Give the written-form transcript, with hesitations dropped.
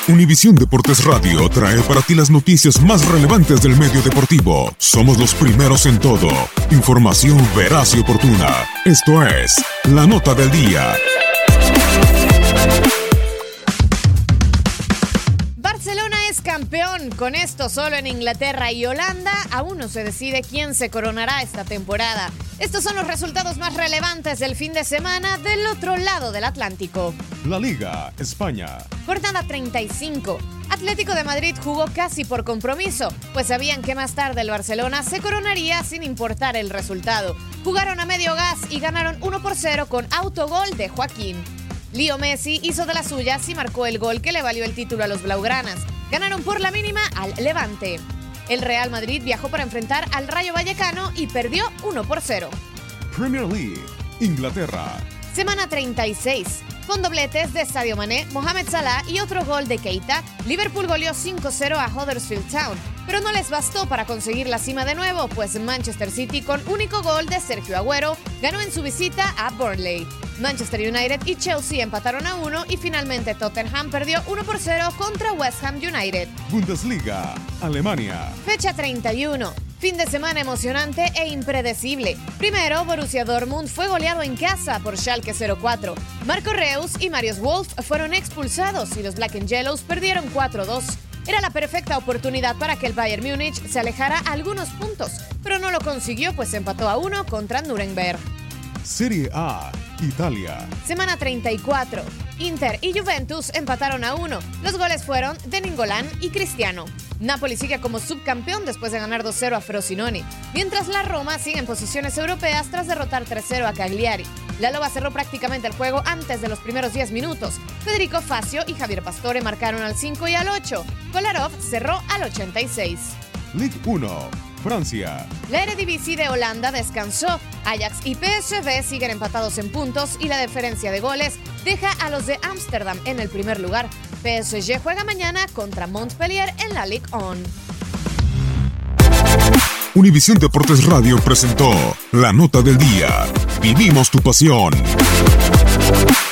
Univisión Deportes Radio trae para ti las noticias más relevantes del medio deportivo. Somos los primeros en todo. Información veraz y oportuna. Esto es La Nota del Día. Barcelona es campeón. Con esto, solo en Inglaterra y Holanda aún no se decide quién se coronará esta temporada. Estos son los resultados más relevantes del fin de semana del otro lado del Atlántico. La Liga, España. Jornada 35. Atlético de Madrid jugó casi por compromiso, pues sabían que más tarde el Barcelona se coronaría sin importar el resultado. Jugaron a medio gas y ganaron 1-0 con autogol de Joaquín. Leo Messi hizo de las suyas y marcó el gol que le valió el título a los blaugranas. Ganaron por la mínima al Levante. El Real Madrid viajó para enfrentar al Rayo Vallecano y perdió 1-0. Premier League, Inglaterra. Semana 36. Con dobletes de Sadio Mané, Mohamed Salah y otro gol de Keita, Liverpool goleó 5-0 a Huddersfield Town. Pero no les bastó para conseguir la cima de nuevo, pues Manchester City, con único gol de Sergio Agüero, ganó en su visita a Burnley. Manchester United y Chelsea empataron a 1 y finalmente Tottenham perdió 1-0 contra West Ham United. Bundesliga, Alemania. Fecha 31. Fin de semana emocionante e impredecible. Primero, Borussia Dortmund fue goleado en casa por Schalke 04. Marco Reus y Marius Wolf fueron expulsados y los Black and Yellows perdieron 4-2. Era la perfecta oportunidad para que el Bayern Múnich se alejara algunos puntos, pero no lo consiguió, pues empató a 1 contra Nuremberg. Serie A, Italia. Semana 34. Inter y Juventus empataron a 1. Los goles fueron de Nainggolan y Cristiano. Napoli sigue como subcampeón después de ganar 2-0 a Frosinone, mientras la Roma sigue en posiciones europeas tras derrotar 3-0 a Cagliari. La Loba cerró prácticamente el juego antes de los primeros 10 minutos. Federico Facio y Javier Pastore marcaron al 5 y al 8. Kolarov cerró al 86. Ligue 1, Francia. La Eredivisie de Holanda descansó. Ajax y PSV siguen empatados en puntos y la diferencia de goles deja a los de Ámsterdam en el primer lugar. PSG juega mañana contra Montpellier en la Ligue 1. Univisión Deportes Radio presentó La Nota del Día. Vivimos tu pasión.